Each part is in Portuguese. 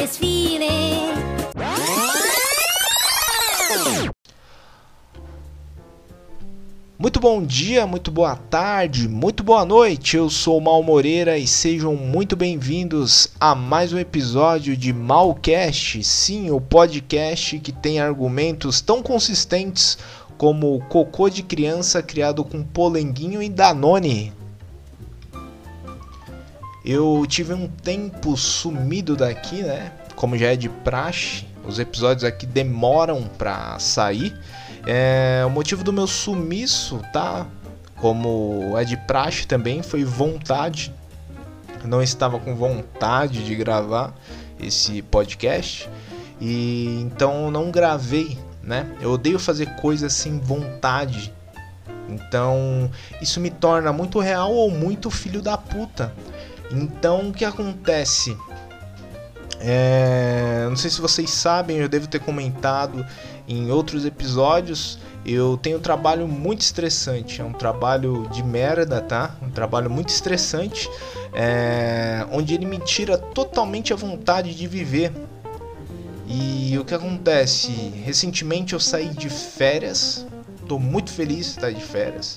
this feeling. Muito bom dia, muito boa tarde, muito boa noite. Eu sou o Mal Moreira e sejam muito bem-vindos a mais um episódio de Malcast. Sim, o podcast que tem argumentos tão consistentes como cocô de criança criado com polenguinho e Danone. Eu tive um tempo sumido daqui, né? Como já é de praxe, os episódios aqui demoram pra sair. O motivo do meu sumiço, tá? Como é de praxe também, foi vontade. Eu não estava com vontade de gravar esse podcast e então não gravei, né? Eu odeio fazer coisas sem vontade. Então isso me torna muito real ou muito filho da puta. Então o que acontece? Não sei se vocês sabem, eu devo ter comentado em outros episódios. Eu tenho um trabalho muito estressante, é um trabalho de merda, tá? Um trabalho muito estressante, onde ele me tira totalmente a vontade de viver. E o que acontece? Recentemente eu saí de férias, tô muito feliz de estar de férias.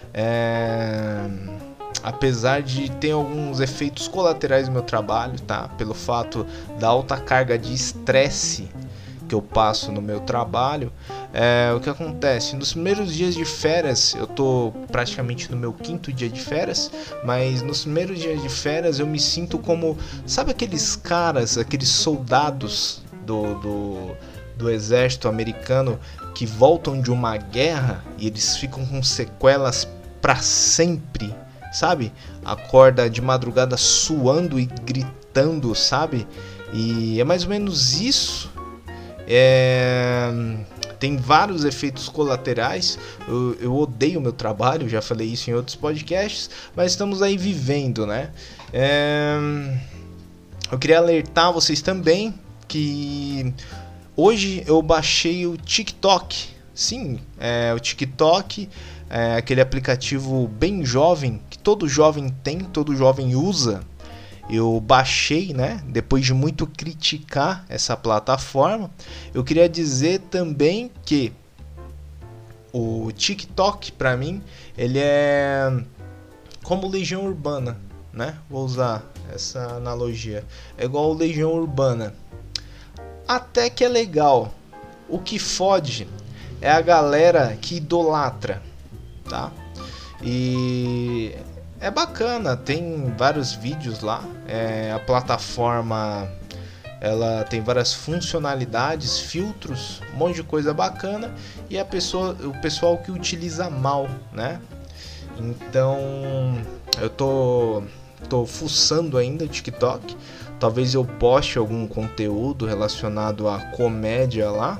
Apesar de ter alguns efeitos colaterais no meu trabalho, tá? Pelo fato da alta carga de estresse que eu passo no meu trabalho, o que acontece? Nos primeiros dias de férias, eu tô praticamente no meu 5º dia de férias, mas nos primeiros dias de férias eu me sinto como, sabe aqueles caras, aqueles soldados do exército americano que voltam de uma guerra e eles ficam com sequelas pra sempre, sabe? Acorda de madrugada suando e gritando, sabe? E é mais ou menos isso. Tem vários efeitos colaterais. Eu odeio o meu trabalho, já falei isso em outros podcasts, mas estamos aí vivendo, né? Eu queria alertar vocês também que hoje eu baixei o TikTok. Sim, o TikTok é aquele aplicativo bem jovem, que todo jovem tem, todo jovem usa. Eu baixei, né? Depois de muito criticar essa plataforma. Eu queria dizer também que o TikTok, pra mim, ele é como Legião Urbana, né? Vou usar essa analogia. É igual Legião Urbana. Até que é legal. O que fode é a galera que idolatra, tá? E é bacana, tem vários vídeos lá. A plataforma, ela tem várias funcionalidades, filtros, um monte de coisa bacana. E o pessoal que utiliza mal, né? Então eu tô fuçando ainda o TikTok. Talvez eu poste algum conteúdo relacionado à comédia lá.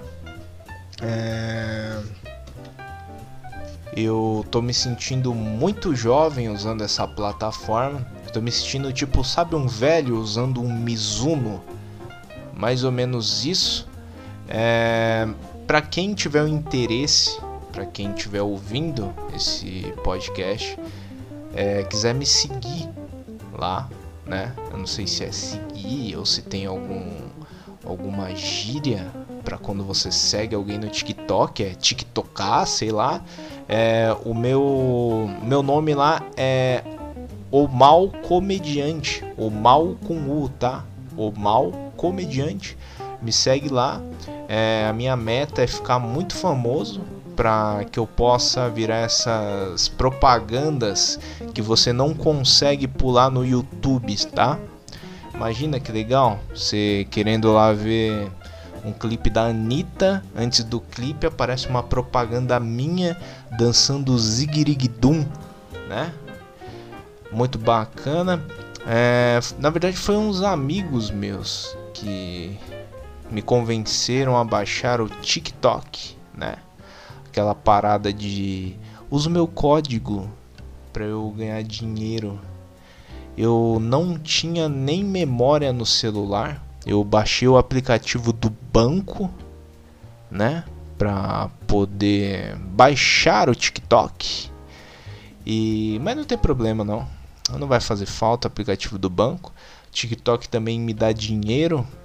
Eu tô me sentindo muito jovem usando essa plataforma. Tô me sentindo tipo, sabe, um velho usando um Mizuno? Mais ou menos isso. Pra quem tiver o interesse, pra quem estiver ouvindo esse podcast, quiser me seguir lá, né? Eu não sei se é seguir ou se tem alguma gíria pra quando você segue alguém no TikTok, é TikTokar, sei lá. O meu nome lá é O Mal Comediante, O Mal com U, tá? O Mal Comediante. Me segue lá. A minha meta é ficar muito famoso para que eu possa virar essas propagandas que você não consegue pular no YouTube, tá? Imagina que legal, você querendo lá ver um clipe da Anitta, antes do clipe aparece uma propaganda minha dançando ziguiriguidum, né? Muito bacana. Na verdade foi uns amigos meus que me convenceram a baixar o TikTok, né? Aquela parada de usa o meu código para eu ganhar dinheiro. Eu não tinha nem memória no celular. Eu baixei o aplicativo do banco, né, para poder baixar o TikTok. Mas não tem problema não. Não vai fazer falta o aplicativo do banco. TikTok também me dá dinheiro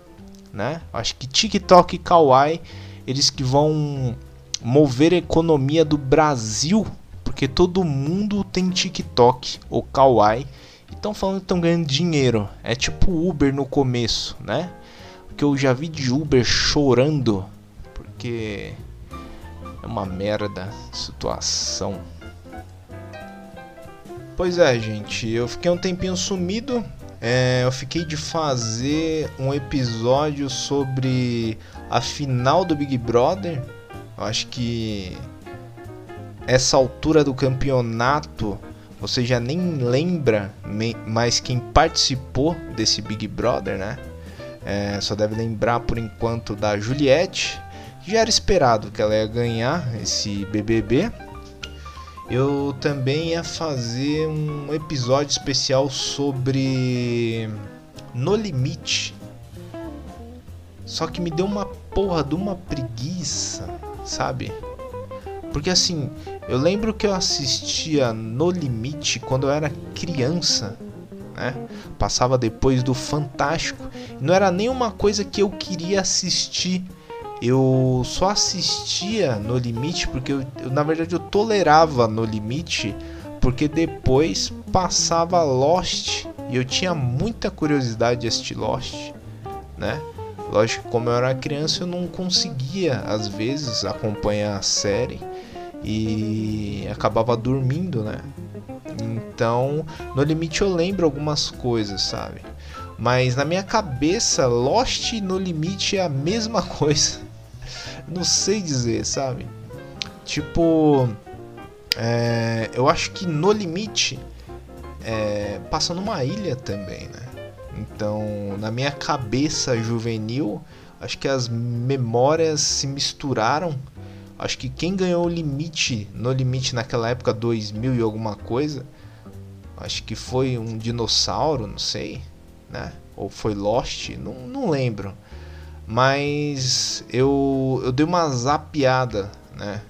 né? Acho que TikTok e Kawaii, eles que vão mover a economia do Brasil, porque todo mundo tem TikTok ou Kawaii e estão falando que estão ganhando dinheiro. É tipo Uber no começo, né? Porque eu já vi de Uber chorando porque é uma merda a situação. Pois é, gente, eu fiquei um tempinho sumido. Eu fiquei de fazer um episódio sobre a final do Big Brother. Eu acho que essa altura do campeonato você já nem lembra mais quem participou desse Big Brother, né? Só deve lembrar por enquanto da Juliette. Já era esperado que ela ia ganhar esse BBB. Eu também ia fazer um episódio especial sobre No Limite. Só que me deu uma porra de uma preguiça, sabe? Porque assim, eu lembro que eu assistia No Limite quando eu era criança, né? Passava depois do Fantástico. Não era nenhuma coisa que eu queria assistir. Eu só assistia No Limite porque na verdade eu tolerava No Limite porque depois passava Lost e eu tinha muita curiosidade de assistir Lost, né? Lógico que como eu era criança eu não conseguia às vezes acompanhar a série e acabava dormindo, né? Então No Limite eu lembro algumas coisas, sabe? Mas na minha cabeça Lost e No Limite é a mesma coisa. Não sei dizer, sabe? Tipo, eu acho que No Limite passa numa ilha também, né? Então, na minha cabeça juvenil, acho que as memórias se misturaram. Acho que quem ganhou o limite, No Limite naquela época, 2000 e alguma coisa, acho que foi um dinossauro, não sei, né? Ou foi Lost, não lembro. Mas eu dei uma zapeada, né,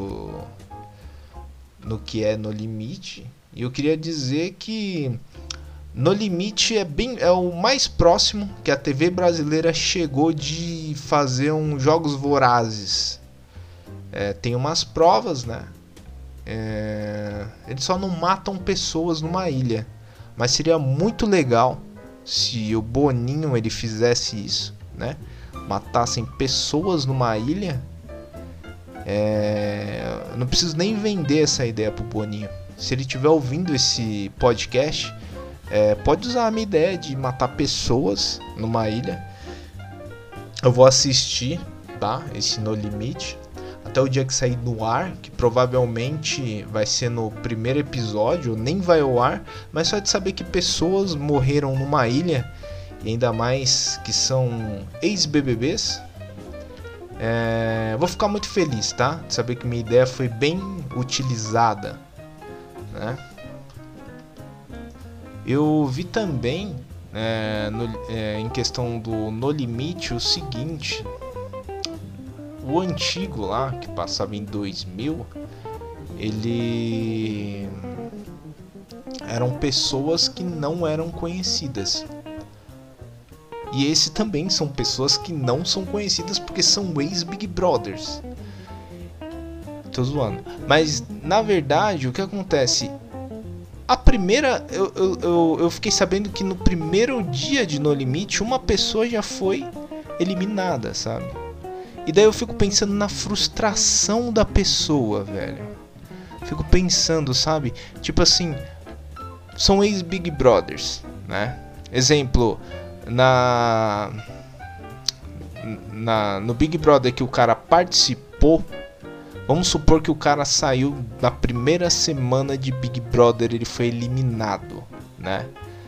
no que é No Limite. E eu queria dizer que No Limite é o mais próximo que a TV brasileira chegou de fazer uns jogos vorazes. Tem umas provas, né? Eles só não matam pessoas numa ilha. Mas seria muito legal se o Boninho ele fizesse isso, né? Matassem pessoas numa ilha. Eu não preciso nem vender essa ideia pro Boninho. Se ele estiver ouvindo esse podcast, pode usar a minha ideia de matar pessoas numa ilha. Eu vou assistir, tá? Esse No Limite até o dia que sair no ar, que provavelmente vai ser no primeiro episódio, nem vai ao ar, mas só de saber que pessoas morreram numa ilha, e ainda mais que são ex-BBBs, vou ficar muito feliz, tá? De saber que minha ideia foi bem utilizada, né? Eu vi também, em questão do No Limite, o seguinte: o antigo lá, que passava em 2000, ele eram pessoas que não eram conhecidas. E esse também são pessoas que não são conhecidas porque são ex-Big Brothers. Tô zoando. Mas, na verdade, o que acontece? A primeira... Eu fiquei sabendo que no primeiro dia de No Limite, uma pessoa já foi eliminada, sabe? E daí eu fico pensando na frustração da pessoa, velho. Fico pensando, sabe? Tipo assim, são ex-Big Brothers, né? Exemplo... No Big Brother que o cara participou, vamos supor que o cara saiu na primeira semana de Big Brother, ele foi eliminado, né?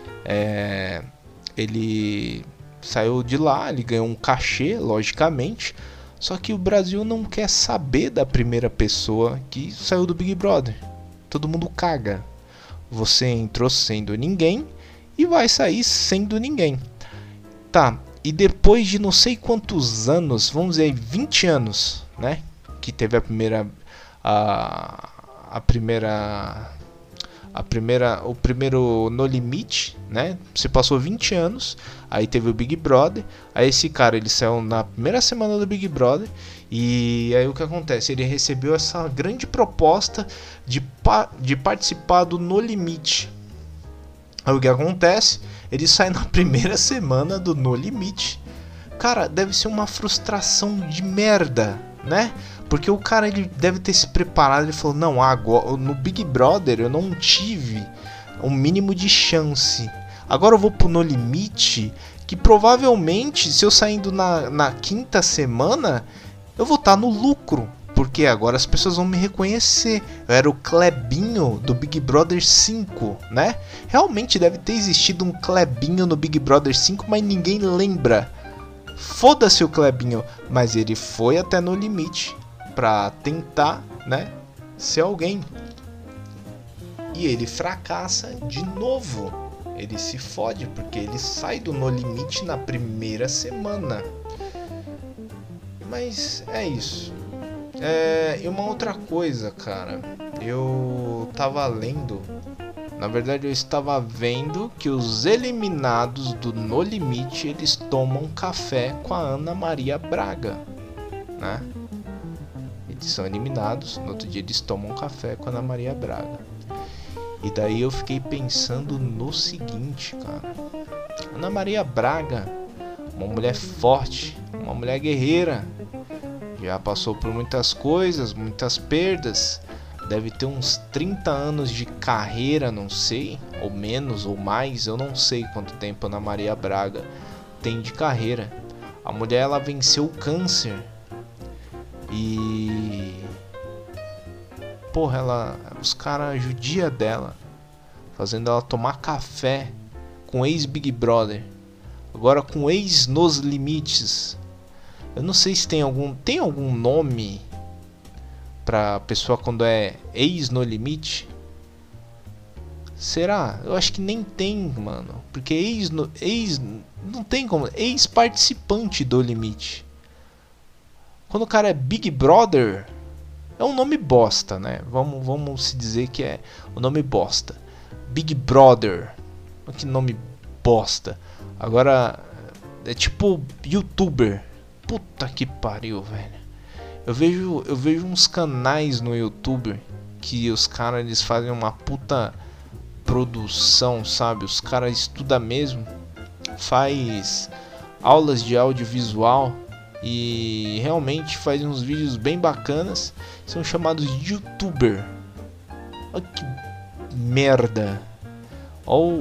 Ele saiu de lá, ele ganhou um cachê, logicamente, só que o Brasil não quer saber da primeira pessoa que saiu do Big Brother. Todo mundo caga. Você entrou sendo ninguém e vai sair sendo ninguém. Tá, e depois de não sei quantos anos, vamos dizer 20 anos, né? Que teve a primeira o primeiro No Limite, né? Se passou 20 anos, aí teve o Big Brother, aí esse cara ele saiu na primeira semana do Big Brother, e aí o que acontece? Ele recebeu essa grande proposta de participar do No Limite. Aí o que acontece? Ele sai na primeira semana do No Limite. Cara, deve ser uma frustração de merda, né? Porque o cara ele deve ter se preparado. Ele falou: não, agora no Big Brother eu não tive um mínimo de chance. Agora eu vou pro No Limite, que provavelmente, se eu saindo na quinta semana, eu vou estar no lucro. Porque agora as pessoas vão me reconhecer. Eu era o Clebinho do Big Brother 5, né? Realmente deve ter existido um Clebinho no Big Brother 5, mas ninguém lembra. Foda-se o Clebinho, mas ele foi até No Limite pra tentar, né, ser alguém. E ele fracassa de novo. Ele se fode porque ele sai do No Limite na primeira semana. Mas é isso. E uma outra coisa, cara. Eu tava lendo. Na verdade, eu estava vendo que os eliminados do No Limite, eles tomam café com a Ana Maria Braga, né? Eles são eliminados, no outro dia eles tomam café com a Ana Maria Braga. E daí eu fiquei pensando no seguinte, cara. Ana Maria Braga, uma mulher forte, uma mulher guerreira, já passou por muitas coisas, muitas perdas. Deve ter uns 30 anos de carreira, não sei, ou menos, ou mais, eu não sei quanto tempo a Ana Maria Braga tem de carreira. A mulher, ela venceu o câncer. E... porra, os caras judiam dela, fazendo ela tomar café com ex-Big Brother, agora com ex-Nos Limites. Eu não sei se tem algum nome pra pessoa quando é ex-No Limite. Será? Eu acho que nem tem, mano. Porque ex não tem como. Ex-participante do Limite. Quando o cara é Big Brother, é um nome bosta, né? Vamos se dizer que é um nome bosta. Big Brother. Que nome bosta. Agora, é tipo YouTuber. Puta que pariu, velho. Eu vejo uns canais no YouTube que os caras eles fazem uma puta produção, sabe? Os caras estudam mesmo, faz aulas de audiovisual e realmente faz uns vídeos bem bacanas. São chamados de YouTuber. Olha que merda. Olha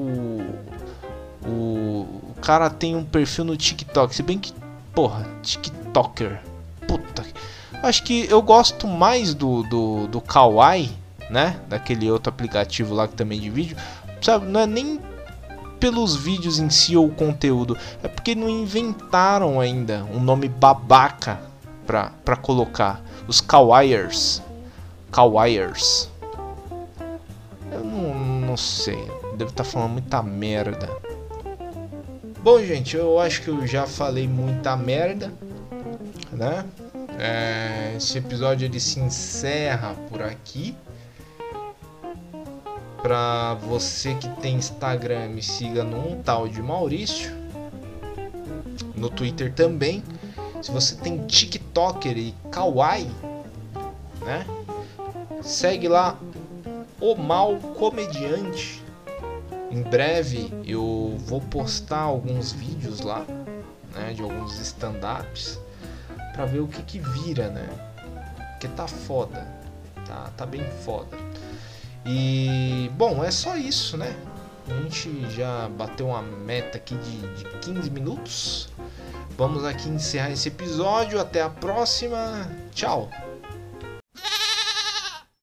o cara tem um perfil no TikTok, se bem que, porra, TikToker. Puta, acho que eu gosto mais do Kawaii, né? Daquele outro aplicativo lá que também de vídeo. Sabe, não é nem pelos vídeos em si ou o conteúdo, é porque não inventaram ainda um nome babaca pra colocar. Os Kawaiers. Eu não sei, devo estar falando muita merda. Bom, gente, eu acho que eu já falei muita merda, né? Esse episódio ele se encerra por aqui. Pra você que tem Instagram, me siga no tal de Maurício. No Twitter também. Se você tem TikToker e Kawaii, né? Segue lá O Mal Comediante. Em breve eu vou postar alguns vídeos lá, né? De alguns stand-ups. Pra ver o que vira, né? Porque tá foda. Tá bem foda. E, bom, é só isso, né? A gente já bateu uma meta aqui de 15 minutos. Vamos aqui encerrar esse episódio. Até a próxima. Tchau.